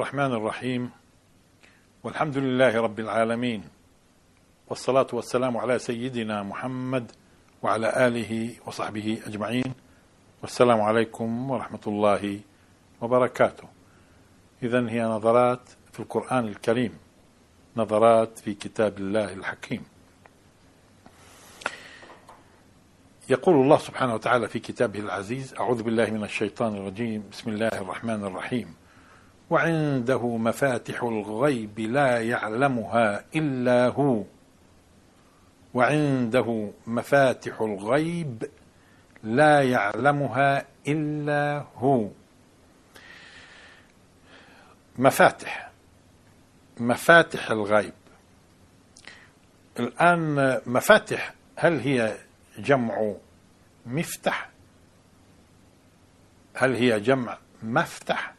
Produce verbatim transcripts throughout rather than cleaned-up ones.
الرحمن الرحيم، والحمد لله رب العالمين، والصلاة والسلام على سيدنا محمد وعلى آله وصحبه أجمعين، والسلام عليكم ورحمة الله وبركاته. إذن هي نظرات في القرآن الكريم، نظرات في كتاب الله الحكيم. يقول الله سبحانه وتعالى في كتابه العزيز: أعوذ بالله من الشيطان الرجيم، بسم الله الرحمن الرحيم. وعنده مفاتح الغيب لا يعلمها إلا هو وعنده مفاتح الغيب لا يعلمها إلا هو. مفاتح مفاتح الغيب. الآن مفاتح، هل هي جمع مفتح؟ هل هي جمع مفتح؟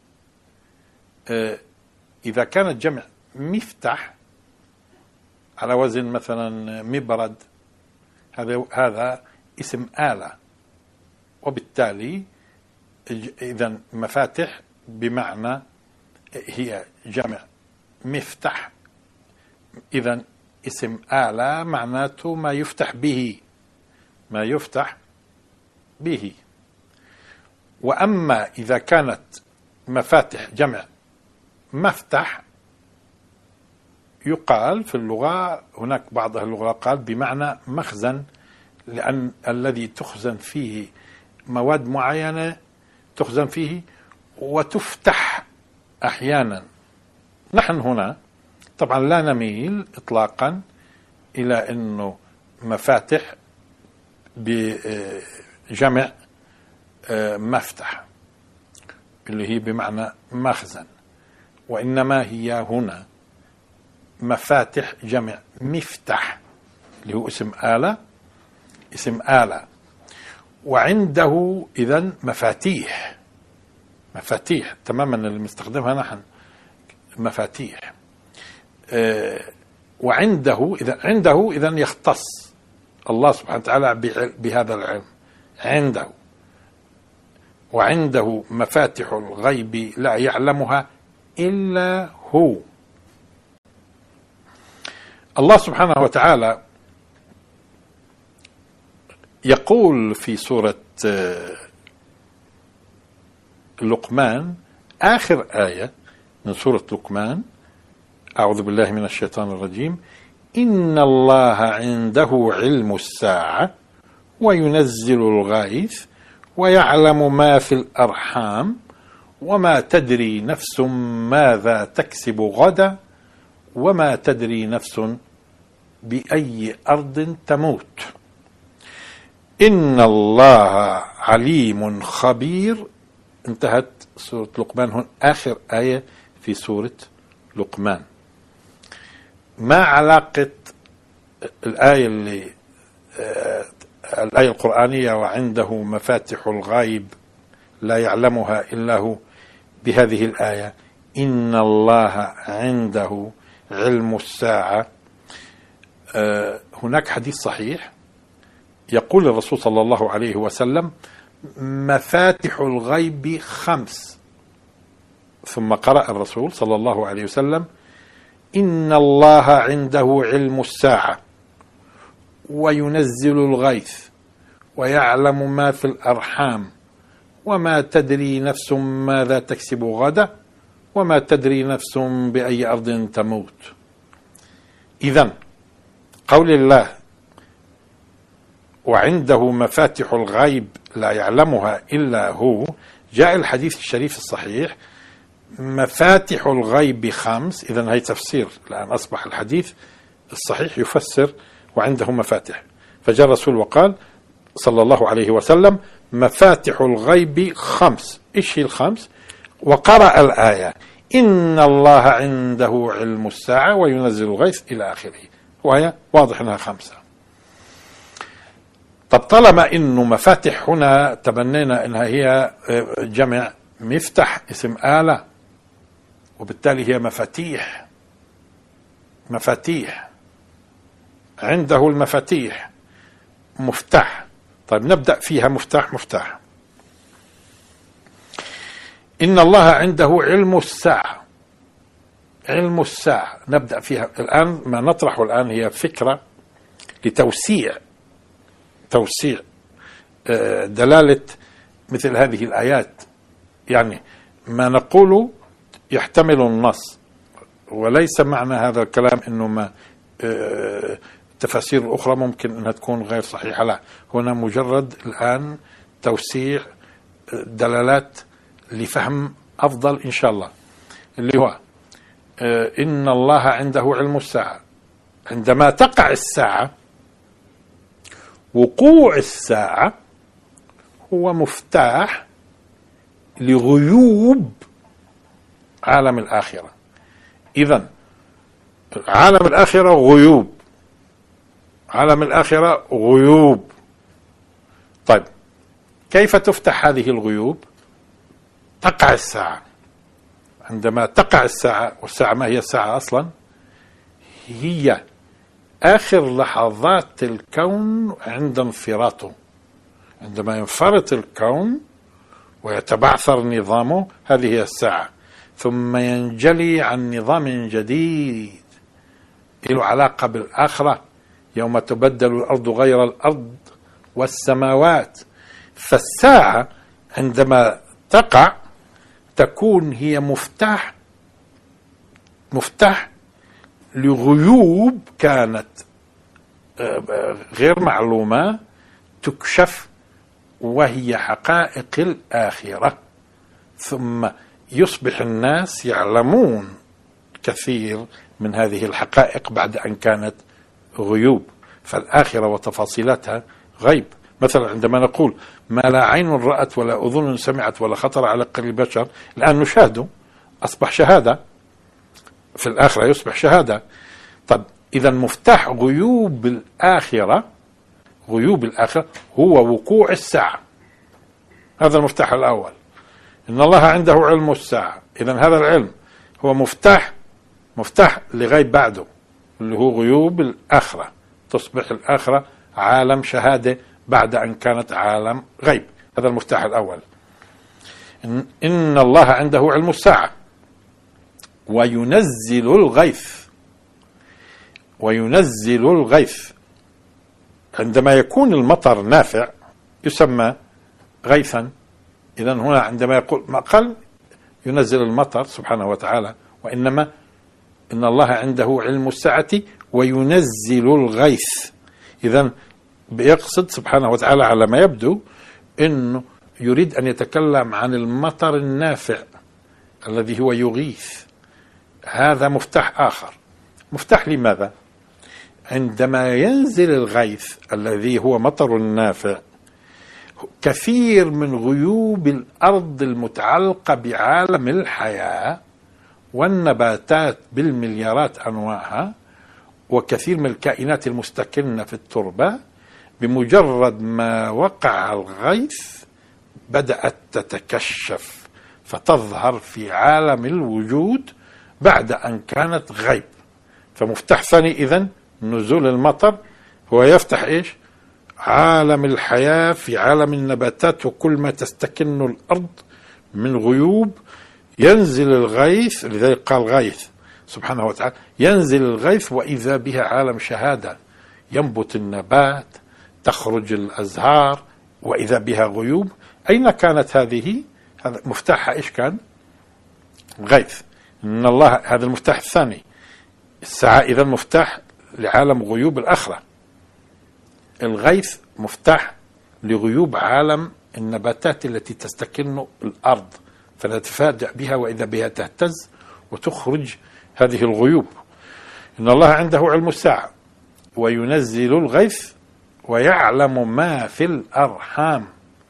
إذا كانت جمع مفتح على وزن مثلا مبرد، هذا هذا اسم آلة، وبالتالي إذا مفاتح بمعنى هي جمع مفتح، إذا اسم آلة معناته ما يفتح به، ما يفتح به. وأما إذا كانت مفاتح جمع مفتح، يقال في اللغة، هناك بعض اللغة قال بمعنى مخزن، لأن الذي تخزن فيه مواد معينة تخزن فيه وتفتح أحيانا. نحن هنا طبعا لا نميل إطلاقا إلى أنه مفاتح بجمع مفتح اللي هي بمعنى مخزن، وإنما هي هنا مفاتح جمع مفتح اللي هو اسم آلة، اسم آلة. وعنده إذن مفاتيح، مفاتيح تماما اللي مستخدمها نحن مفاتيح. أه وعنده إذن عنده إذن يختص الله سبحانه وتعالى بهذا العلم، عنده. وعنده مفاتح الغيب لا يعلمها إلا هو. الله سبحانه وتعالى يقول في سورة لقمان، آخر آية من سورة لقمان: أعوذ بالله من الشيطان الرجيم، إن الله عنده علم الساعة وينزل الغيث ويعلم ما في الأرحام وما تدري نفس ماذا تكسب غدا وما تدري نفس بأي أرض تموت. إن الله عليم خبير. انتهت سورة لقمان، هون آخر آية في سورة لقمان. ما علاقة الآية اللي آه الآية القرآنية وعنده مفاتح الغيب لا يعلمها إلا هو بهذه الآية إن الله عنده علم الساعة؟ آه هناك حديث صحيح يقول الرسول صلى الله عليه وسلم: مفاتح الغيب خمس. ثم قرأ الرسول صلى الله عليه وسلم: إن الله عنده علم الساعة وينزل الغيث ويعلم ما في الأرحام وما تدري نفس ماذا تكسب غدا وما تدري نفس بأي أرض تموت. إذن قول الله وعنده مفاتح الغيب لا يعلمها إلا هو، جاء الحديث الشريف الصحيح: مفاتح الغيب خمس. إذن هي تفسير، الآن أصبح الحديث الصحيح يفسر وعنده مفاتح. فجاء الرسول وقال صلى الله عليه وسلم: مفاتح الغيب خمس. إيش هي الخمس؟ وقرأ الآية: إن الله عنده علم الساعة وينزل الغيث إلى آخره، وهي واضح أنها خمسة. طب طالما إنه مفاتح هنا تبنينا إنها هي جمع مفتح، اسم آلة، وبالتالي هي مفاتيح. مفاتيح عنده المفاتيح، مفتاح. طيب نبدأ فيها مفتاح مفتاح. إن الله عنده علم الساعة. علم الساعة نبدأ فيها الآن. ما نطرحه الآن هي فكرة لتوسيع توسيع دلالة مثل هذه الآيات. يعني ما نقوله يحتمل النص، وليس معنى هذا الكلام أنه ما التفاسير الأخرى ممكن أنها تكون غير صحيحة. لا، هنا مجرد الآن توسيع دلالات لفهم أفضل إن شاء الله، اللي هو إن الله عنده علم الساعة. عندما تقع الساعة، وقوع الساعة هو مفتاح لغيوب عالم الآخرة. إذن عالم الآخرة غيوب، عالم الآخرة غيوب. طيب، كيف تفتح هذه الغيوب؟ تقع الساعة. عندما تقع الساعة، والساعة ما هي الساعة أصلا؟ هي آخر لحظات الكون عند انفراطه. عندما ينفرط الكون ويتبعثر نظامه، هذه هي الساعة. ثم ينجلي عن نظام جديد له علاقة بالآخرة، يوم تبدل الأرض غير الأرض والسماوات. فالساعة عندما تقع تكون هي مفتاح مفتاح لغيوب كانت غير معلومة تكشف، وهي حقائق الآخرة. ثم يصبح الناس يعلمون كثير من هذه الحقائق بعد أن كانت غيوب. فالآخرة وتفاصيلاتها غيب. مثلا عندما نقول ما لا عين رأت ولا أذن سمعت ولا خطر على قلب بشر، الآن نشاهده، أصبح شهادة. في الآخرة يصبح شهادة. طب إذا مفتاح غيوب الآخرة غيوب الآخرة هو وقوع الساعة. هذا المفتاح الأول. إن الله عنده علم الساعة. إذا هذا العلم هو مفتاح مفتاح لغيب بعده، اللي هو غيوب الآخرة. تصبح الآخرة عالم شهادة بعد أن كانت عالم غيب. هذا المفتاح الأول. إن الله عنده علم الساعة وينزل الغيث. وينزل الغيث عندما يكون المطر نافع يسمى غيثا. إذن هنا عندما يقول ما قال ينزل المطر سبحانه وتعالى، وإنما إن الله عنده علم الساعة وينزل الغيث. إذن بيقصد سبحانه وتعالى على ما يبدو أنه يريد أن يتكلم عن المطر النافع الذي هو يغيث. هذا مفتاح آخر. مفتاح لماذا؟ عندما ينزل الغيث الذي هو مطر نافع، كثير من غيوب الأرض المتعلقة بعالم الحياة والنباتات بالمليارات أنواعها، وكثير من الكائنات المستكنة في التربة، بمجرد ما وقع الغيث بدأت تتكشف فتظهر في عالم الوجود بعد أن كانت غيب. فمفتاح ثاني إذن نزول المطر هو يفتح إيش؟ عالم الحياة في عالم النباتات وكل ما تستكن الأرض من غيوب. ينزل الغيث، لذلك قال غيث سبحانه وتعالى، ينزل الغيث وإذا بها عالم شهادة، ينبت النبات، تخرج الأزهار، وإذا بها غيوب. أين كانت هذه؟ هذا مفتاحها إيش كان؟ غيث. إن الله هذا المفتاح الثاني. الساعة إذا مفتاح لعالم غيوب الآخرة. الغيث مفتاح لغيوب عالم النباتات التي تستكن الأرض، فنتفاجأ بها وإذا بها تهتز وتخرج هذه الغيوب. إن الله عنده علم الساعة وينزل الغيث ويعلم ما في الأرحام.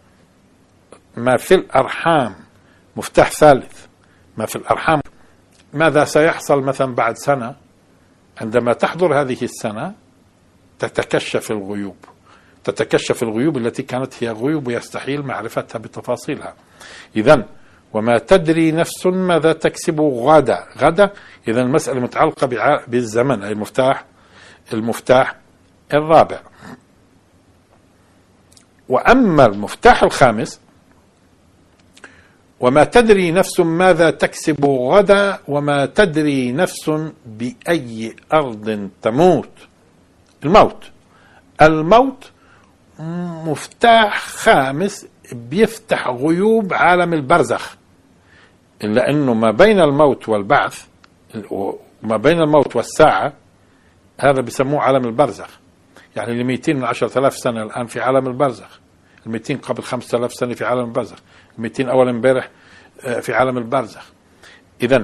ما في الأرحام مفتاح ثالث. ما في الأرحام، ماذا سيحصل مثلا بعد سنة؟ عندما تحضر هذه السنة تتكشف الغيوب تتكشف الغيوب التي كانت هي غيوب ويستحيل معرفتها بتفاصيلها. إذن وما تدري نفس ماذا تكسب غدا. غدا إذن المسألة متعلقة بالزمن، أي المفتاح المفتاح الرابع. وأما المفتاح الخامس وما تدري نفس ماذا تكسب غدا وما تدري نفس بأي أرض تموت. الموت الموت مفتاح خامس بيفتح غيوب عالم البرزخ، إلا أنه ما بين الموت والبعث وما بين الموت والساعة هذا بيسموه عالم البرزخ. يعني اللي ميتين من عشرة آلاف سنة الآن في عالم البرزخ، الميتين قبل خمسة آلاف سنة في عالم البرزخ، الميتين أول امبارح في عالم البرزخ. إذن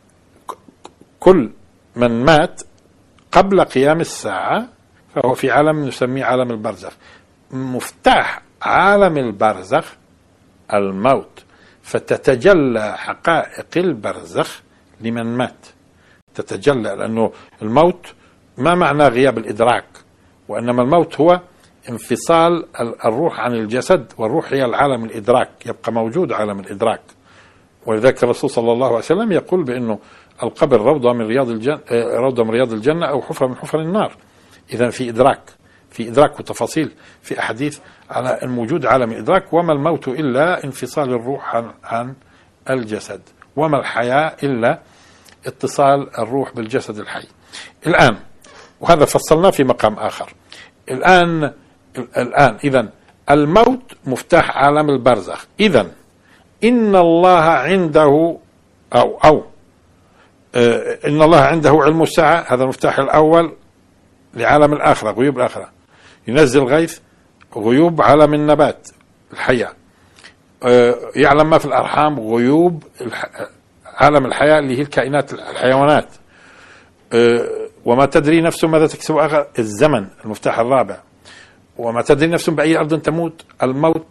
كل من مات قبل قيام الساعة فهو في عالم نسميه عالم البرزخ. مفتاح عالم البرزخ الموت، فتتجلى حقائق البرزخ لمن مات، تتجلى، لأنه الموت ما معناه غياب الإدراك، وإنما الموت هو انفصال الروح عن الجسد، والروح هي العالم الإدراك، يبقى موجود عالم الإدراك. ولذلك الرسول صلى الله عليه وسلم يقول بأنه القبر روضة من رياض الجنة، روضة من رياض الجنة أو حفرة من حفر النار. إذا في إدراك، في إدراك وتفاصيل في أحاديث على الموجود عالم الإدراك. وما الموت إلا انفصال الروح عن, عن الجسد، وما الحياة إلا اتصال الروح بالجسد الحي. الآن وهذا فصلناه في مقام آخر. الآن الآن إذن الموت مفتاح عالم البرزخ. إذن إن الله عنده أو أو آه إن الله عنده علم الساعة، هذا المفتاح الأول لعالم الآخرة، غيوب الآخرة. ينزل غيث، غيوب عالم النبات الحياة. آه يعلم ما في الأرحام، غيوب عالم الحياة اللي هي الكائنات الحيوانات. آه وما تدري نفس ماذا تكسب غدا، الزمن المفتاح الرابع. وما تدري نفس بأي أرض تموت، الموت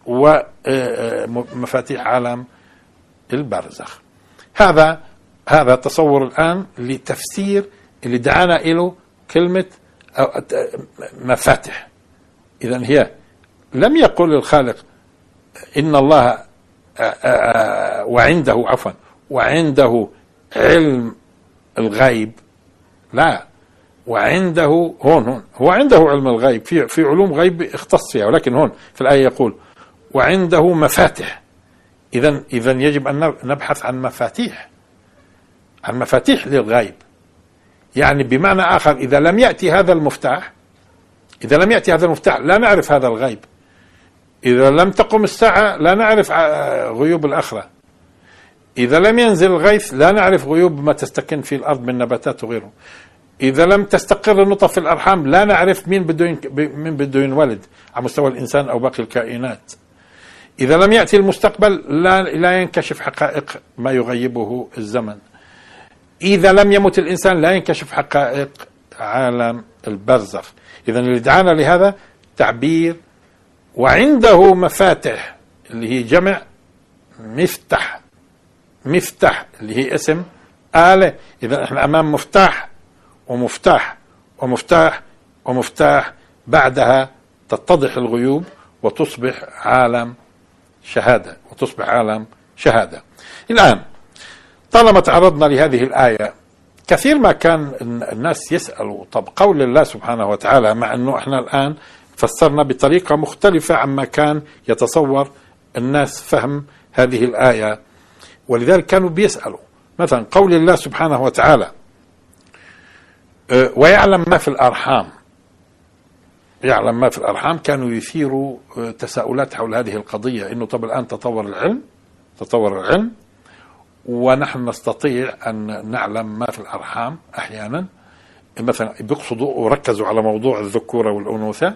ومفاتيح عالم البرزخ. هذا هذا تصور الآن لتفسير اللي دعانا إله كلمة مفاتح. إذن هي لم يقل الخالق إن الله وعنده عفوا وعنده علم الغيب، لا، وعنده هون هون هو عنده علم الغيب، في في علوم غيب اختص فيها، ولكن هون في الآية يقول وعنده مفاتح. إذن إذن يجب أن نبحث عن مفاتيح، عن مفاتيح للغيب. يعني بمعنى آخر إذا لم يأتي هذا المفتاح، إذا لم يأتي هذا المفتاح لا نعرف هذا الغيب. إذا لم تقم الساعة لا نعرف غيوب الآخرة. إذا لم ينزل الغيث لا نعرف غيوب ما تستكن في الأرض من نباتات وغيره. إذا لم تستقر النطفة في الأرحام لا نعرف مين بده مين بده ينولد على مستوى الإنسان أو باقي الكائنات. إذا لم يأتي المستقبل لا لا ينكشف حقائق ما يغيبه الزمن. إذا لم يمت الإنسان لا ينكشف حقائق عالم البرزخ. إذا اللي دعانا لهذا تعبير وعنده مفاتح اللي هي جمع مفتح، مفتح اللي هي اسم آلة. إذا احنا أمام مفتاح ومفتاح ومفتاح ومفتاح، بعدها تتضح الغيوب وتصبح عالم شهادة، وتصبح عالم شهادة. الآن طالما تعرضنا لهذه الآية، كثير ما كان الناس يسألوا طب قول الله سبحانه وتعالى، مع أنه احنا الآن فسرنا بطريقة مختلفة عما كان يتصور الناس فهم هذه الآية، ولذلك كانوا بيسألوا مثلا قول الله سبحانه وتعالى ويعلم ما في الأرحام، يعلم ما في الأرحام، كانوا يثيروا تساؤلات حول هذه القضية، إنه طب الآن تطور العلم، تطور العلم ونحن نستطيع أن نعلم ما في الأرحام أحيانا. مثلا بيقصدوا وركزوا على موضوع الذكورة والأنوثة.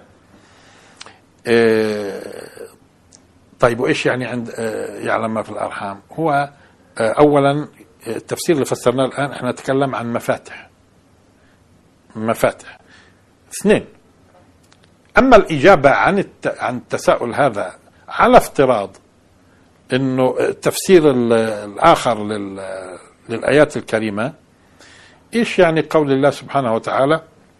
طيب وإيش يعني عند يعلم ما في الأرحام؟ هو أولا التفسير اللي فسرناه الآن احنا نتكلم عن مفاتح، مفاتح. اثنين، أما الإجابة عن عن التساؤل هذا على افتراض إنه التفسير الآخر للآيات الكريمة، إيش يعني قول الله سبحانه وتعالى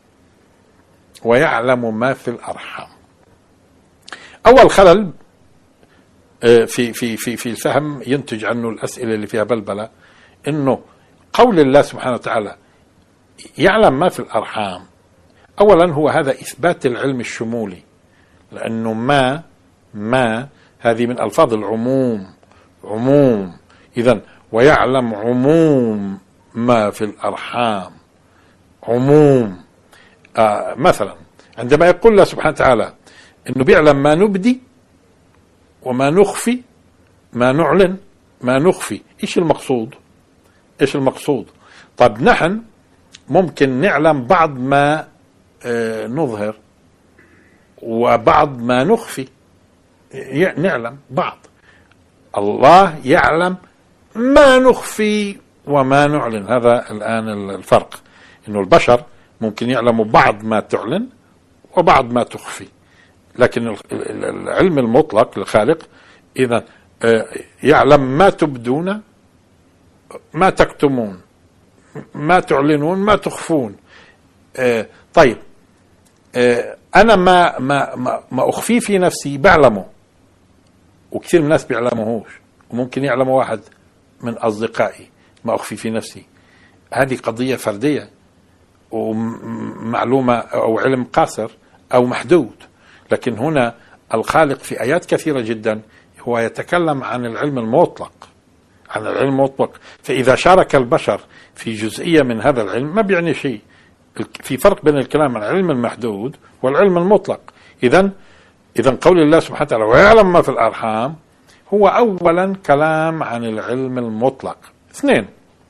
ويعلم ما في الأرحام؟ أول خلل في في في في الفهم ينتج عنه الأسئلة اللي فيها بلبلة، إنه قول الله سبحانه وتعالى يعلم ما في الأرحام، أولا هو هذا إثبات العلم الشمولي، لأنه ما ما هذه من ألفاظ العموم، عموم. إذن ويعلم عموم ما في الأرحام، عموم. آه مثلا عندما يقول الله سبحانه وتعالى إنه بيعلم ما نبدي وما نخفي، ما نعلن ما نخفي، إيش المقصود؟ إيش المقصود؟ طب نحن ممكن نعلم بعض ما آه نظهر وبعض ما نخفي، نعلم بعض. الله يعلم ما نخفي وما نعلن. هذا الآن الفرق، إنه البشر ممكن يعلموا بعض ما تعلن وبعض ما تخفي، لكن العلم المطلق للخالق إذا يعلم ما تبدون ما تكتمون، ما تعلنون ما تخفون. طيب أنا ما ما ما أخفيه في نفسي بعلمه، وكثير من الناس بيعلموهوش، وممكن يعلم واحد من أصدقائي ما أخفي في نفسي. هذه قضية فردية ومعلومة أو علم قاصر أو محدود. لكن هنا الخالق في آيات كثيرة جدا هو يتكلم عن العلم المطلق، عن العلم المطلق. فإذا شارك البشر في جزئية من هذا العلم ما بيعني شيء. في فرق بين الكلام عن العلم المحدود والعلم المطلق. إذن إذن قول الله سبحانه وتعالى ويعلم ما في الأرحام هو أولا كلام عن العلم المطلق. اثنين،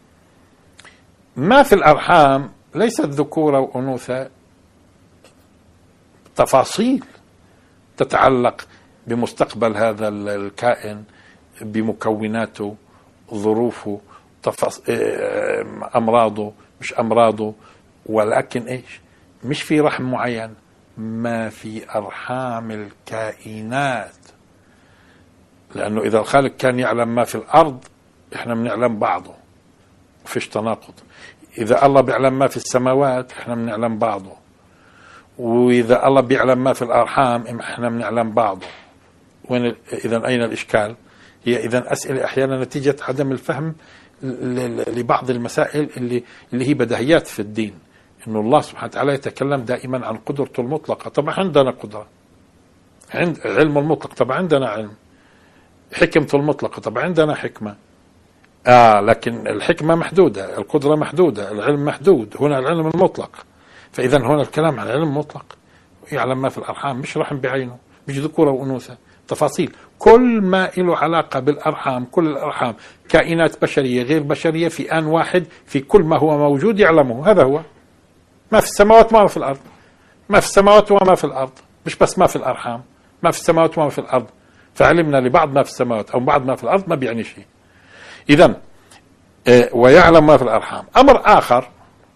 ما في الأرحام ليست ذكورة وأنوثة، تفاصيل تتعلق بمستقبل هذا الكائن، بمكوناته، ظروفه، تفاص... أمراضه مش أمراضه، ولكن إيش؟ مش في رحم معين، ما في أرحام الكائنات. لأنه إذا الخالق كان يعلم ما في الأرض إحنا بنعلم بعضه، فيش تناقض. إذا الله بيعلم ما في السماوات إحنا بنعلم بعضه، وإذا الله بيعلم ما في الأرحام إحنا بنعلم بعضه. وين إذن أين الإشكال؟ هي إذن أسئلة أحيانا نتيجة عدم الفهم لبعض المسائل اللي اللي هي بديهيات في الدين. إنه الله سبحانه وتعالى يتكلم دائما عن قدرته المطلقة. طبعا عندنا قدرة، عند علم المطلق، طبعا عندنا علم. حكمته المطلقة، طبعا عندنا حكمة. آه لكن الحكمة محدودة، القدرة محدودة، العلم محدود. هنا العلم المطلق. فإذا هنا الكلام عن العلم مطلق، يعلم ما في الأرحام، مش رحم بعينه، مش ذكورة وأنوثة، تفاصيل. كل ما له علاقة بالأرحام، كل الأرحام، كائنات بشرية غير بشرية، في آن واحد في كل ما هو موجود يعلمه. هذا هو ما في السماوات وما في الأرض، ما في السماوات وما في الأرض، مش بس ما في الأرحام، ما في السماوات وما في الأرض. فعلمنا لبعض ما في السماوات أو بعض ما في الأرض ما بيعني شيء. إذن اه ويعلم ما في الأرحام. أمر آخر،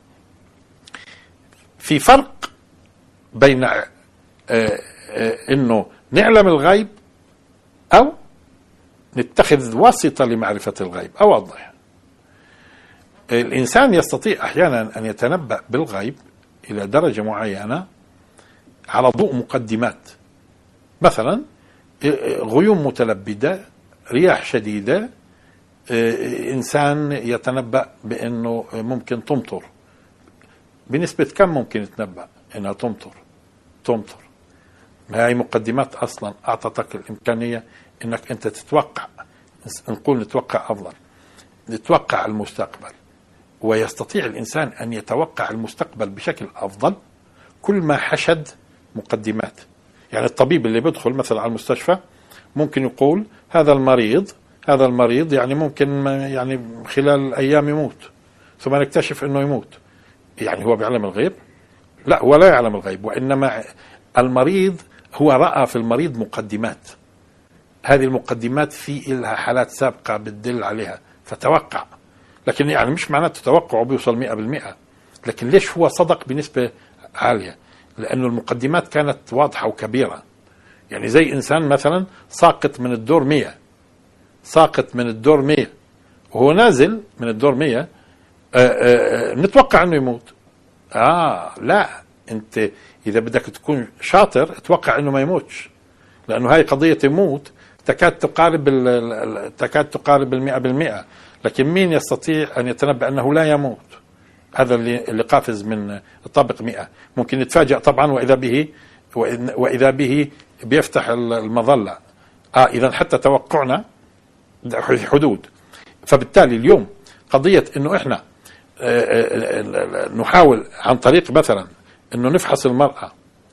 في فرق بين اه اه إنه نعلم الغيب أو نتخذ واسطة لمعرفة الغيب. أوضح، الإنسان يستطيع أحيانا أن يتنبأ بالغيب إلى درجة معينة على ضوء مقدمات، مثلا غيوم متلبدة، رياح شديدة، إنسان يتنبأ بأنه ممكن تمطر. بنسبة كم ممكن يتنبأ أنها تمطر؟ تمطر. ما هي مقدمات أصلا أعطتك الإمكانية أنك أنت تتوقع، نقول نتوقع أفضل، نتوقع المستقبل. ويستطيع الإنسان أن يتوقع المستقبل بشكل أفضل كل ما حشد مقدمات. يعني الطبيب اللي بيدخل مثلا على المستشفى ممكن يقول هذا المريض هذا المريض يعني ممكن يعني خلال أيام يموت، ثم نكتشف أنه يموت. يعني هو بيعلم الغيب؟ لا، هو لا يعلم الغيب، وإنما المريض هو رأى في المريض مقدمات. هذه المقدمات في لها حالات سابقة بتدل عليها فتوقع. لكن يعني مش معناته توقعه بيوصل مئة بالمئة. لكن ليش هو صدق بنسبة عالية؟ لأنه المقدمات كانت واضحة وكبيرة. يعني زي إنسان مثلا ساقط من الدور مية، ساقط من الدور مية وهو نازل من الدور مية، آآ آآ نتوقع أنه يموت. آه لا، أنت إذا بدك تكون شاطر اتوقع أنه ما يموتش، لأنه هاي قضية يموت تكاد تقارب تكاد تقارب المئة بالمئة. لكن مين يستطيع أن يتنبأ أنه لا يموت؟ هذا اللي اللي قافز من الطابق مئة. ممكن يتفاجأ طبعا وإذا به وإذا به بيفتح المظلة. آه إذا حتى توقعنا حدود. فبالتالي اليوم قضية انه احنا نحاول عن طريق مثلا انه نفحص المرأة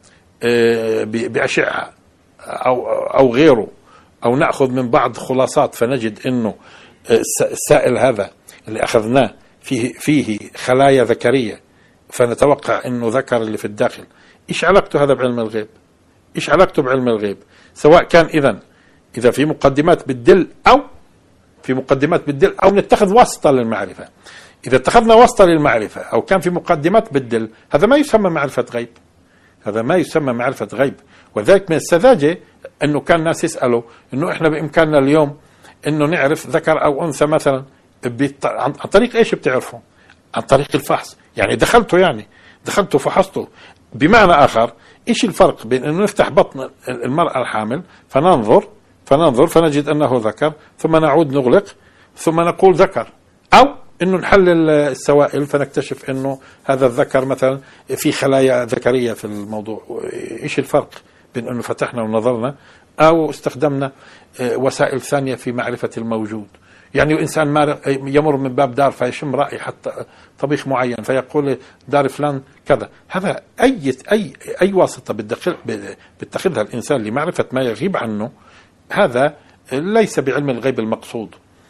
بأشعة او او غيره، او نأخذ من بعض خلاصات فنجد انه السائل هذا اللي اخذناه فيه فيه خلايا ذكرية، فنتوقع انه ذكر اللي في الداخل. ايش علاقته هذا بعلم الغيب؟ ايش علاقته بعلم الغيب؟ سواء كان اذا اذا في مقدمات بتدل او في مقدمات بتدل او نتخذ واسطة للمعرفة. اذا اتخذنا واسطة للمعرفة او كان في مقدمات بتدل، هذا ما يسمى معرفة غيب، هذا ما يسمى معرفة غيب. وذلك من السذاجة انه كان الناس يسألوا انه احنا بامكاننا اليوم انه نعرف ذكر او انثى مثلا عن طريق ايش بتعرفوا؟ عن طريق الفحص. يعني دخلته يعني دخلته فحصته. بمعنى اخر، ايش الفرق بين انه نفتح بطن المرأة الحامل فننظر فننظر فنجد انه ذكر، ثم نعود نغلق ثم نقول ذكر، او انه نحلل السوائل فنكتشف انه هذا الذكر مثلا في خلايا ذكرية في الموضوع. ايش الفرق بين انه فتحنا ونظرنا او استخدمنا وسائل ثانية في معرفة الموجود؟ يعني إنسان ما يمر من باب دار فيشم رائحة طبيخ معين فيقول دار فلان كذا، هذا أي أي أي واسطة بتخذها الإنسان لمعرفة ما يغيب عنه، هذا ليس بعلم الغيب المقصود.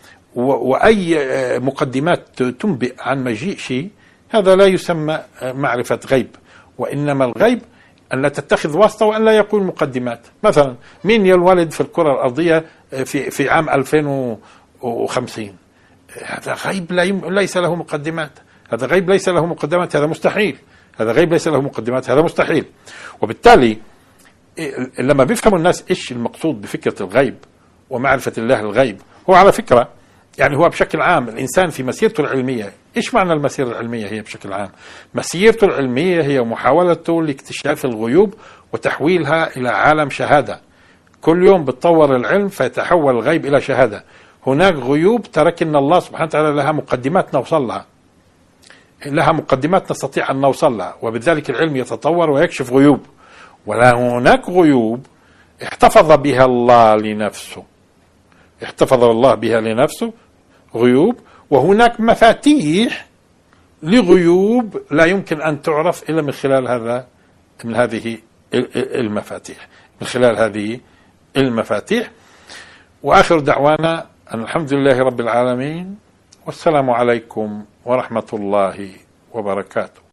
وأي مقدمات تنبئ عن مجيء شيء، هذا لا يسمى معرفة غيب. وإنما الغيب أن لا تتخذ واسطة وأن لا يقول مقدمات. مثلا مين ينولد في الكرة الأرضية في في عام ألفين وخمسين، هذا غيب لا يم... ليس له مقدمات، هذا غيب ليس له مقدمات، هذا مستحيل، هذا غيب ليس له مقدمات، هذا مستحيل. وبالتالي لما بيفهموا الناس ايش المقصود بفكرة الغيب ومعرفة الله الغيب، هو على فكرة يعني هو بشكل عام الإنسان في مسيرته العلمية. إيش معنى المسيرة العلمية؟ هي بشكل عام مسيرته العلمية هي محاولته لاكتشاف الغيوب وتحويلها إلى عالم شهادة. كل يوم بتطور العلم فيتحول الغيب إلى شهادة. هناك غيوب تركنا الله سبحانه وتعالى لها مقدمات نوصل لها، لها مقدمات نستطيع أن نوصل لها، وبذلك العلم يتطور ويكشف غيوب. ولا هناك غيوب احتفظ بها الله لنفسه، احتفظ الله بها لنفسه غيوب، وهناك مفاتيح لغيوب لا يمكن أن تعرف إلا من خلال هذا من هذه المفاتيح من خلال هذه المفاتيح. وآخر دعوانا أن الحمد لله رب العالمين، والسلام عليكم ورحمة الله وبركاته.